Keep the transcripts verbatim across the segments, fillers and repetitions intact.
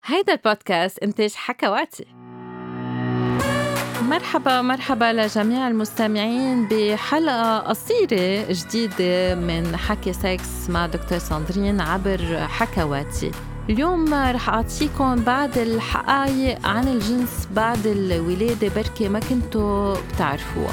هيدا البودكاست إنتاج حكواتي. مرحبا مرحبا لجميع المستمعين بحلقة قصيرة جديدة من حكي سكس مع دكتور ساندرين عبر حكواتي. اليوم رح أعطيكم بعض الحقائق عن الجنس بعد الولادة بركي ما كنتوا بتعرفوها.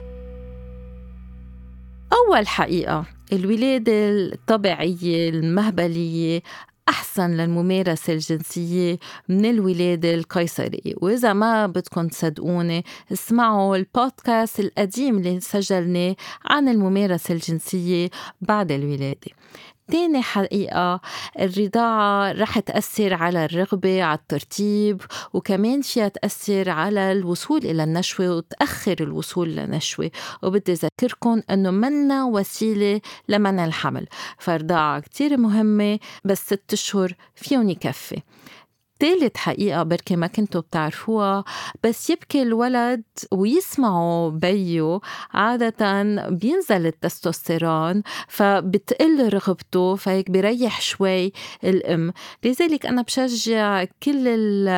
أول حقيقة، الولادة الطبيعية المهبلية أحسن للممارسة الجنسية من الولادة القيصرية. وإذا ما بدكم تصدقوني اسمعوا البودكاست القديم اللي سجلناه عن الممارسة الجنسية بعد الولادة. تاني حقيقة، الرضاعة رح تأثر على الرغبة، على الترتيب، وكمان فيها تأثر على الوصول إلى النشوة وتأخر الوصول للنشوة. وبدي أذكركم أنه منا وسيلة لمنع الحمل، فالرضاعة كتير مهمة، بس ست أشهر فيهم يكفي. ثالث حقيقة بركي ما كنتوا بتعرفوها، بس يبكي الولد ويسمعوا بيو عادة بينزل التستوستيرون فبتقل رغبته، فهيك بيريح شوي الأم. لذلك أنا بشجع كل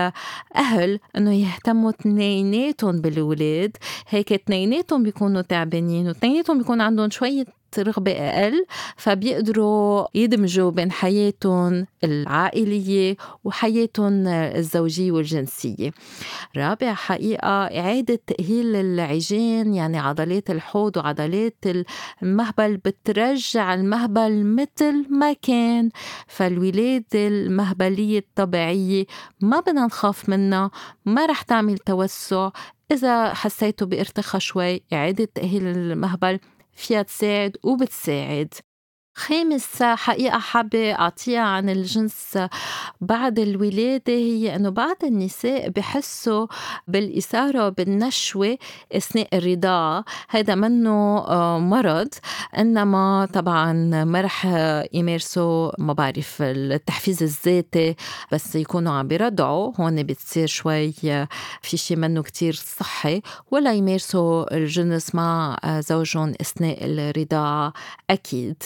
الأهل أنه يهتموا تنيناتهم بالولاد، هيك تنيناتهم بيكونوا تعبانين وتنيناتهم بيكون عندهم شوية رغبة أقل، فبيقدروا يدمجوا بين حياتهم العائلية وحياتهم الزوجية والجنسية. رابع حقيقة، إعادة تأهيل العجين، يعني عضلات الحوض وعضلات المهبل بترجع المهبل مثل ما كان. فالولادة المهبلية الطبيعية ما بدنا نخاف منها، ما رح تعمل توسع. إذا حسيتوا بارتخاء شوي، إعادة تأهيل المهبل فيها تساعد وبتساعد. خامس حقيقة حابة أعطيها عن الجنس بعد الولادة هي أنه بعض النساء بحسوا بالإثارة بالنشوة أثناء الرضاعة. هذا منه مرض، إنما طبعا ما رح يمارسوا ما بعرف التحفيز الذاتي بس يكونوا عم بيرضعوا، هون بتصير شوي في شيء منه كتير صحي، ولا يمارسوا الجنس مع زوجهم أثناء الرضاعة أكيد.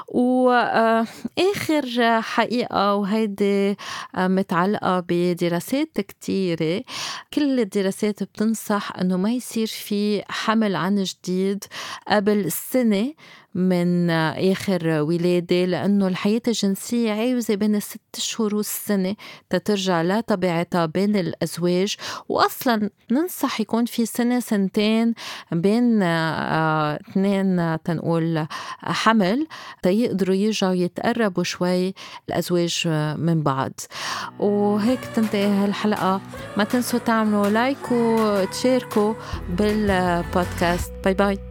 وآخر حقيقة، وهيدي متعلقة بدراسات كتيرة، كل الدراسات بتنصح أنه ما يصير في حمل عن جديد قبل السنة من آخر ولادة، لأنه الحياة الجنسية عاوزة بين الست شهور والسنة تترجع لا طبيعتها بين الأزواج. وأصلا ننصح يكون في سنة سنتين بين آه اثنين تنقول حمل تيقدروا يرجعوا يتقربوا شوي الأزواج من بعض. وهيك تنتهي هالحلقة. ما تنسوا تعملوا لايك وتشاركوا بالبودكاست. باي باي.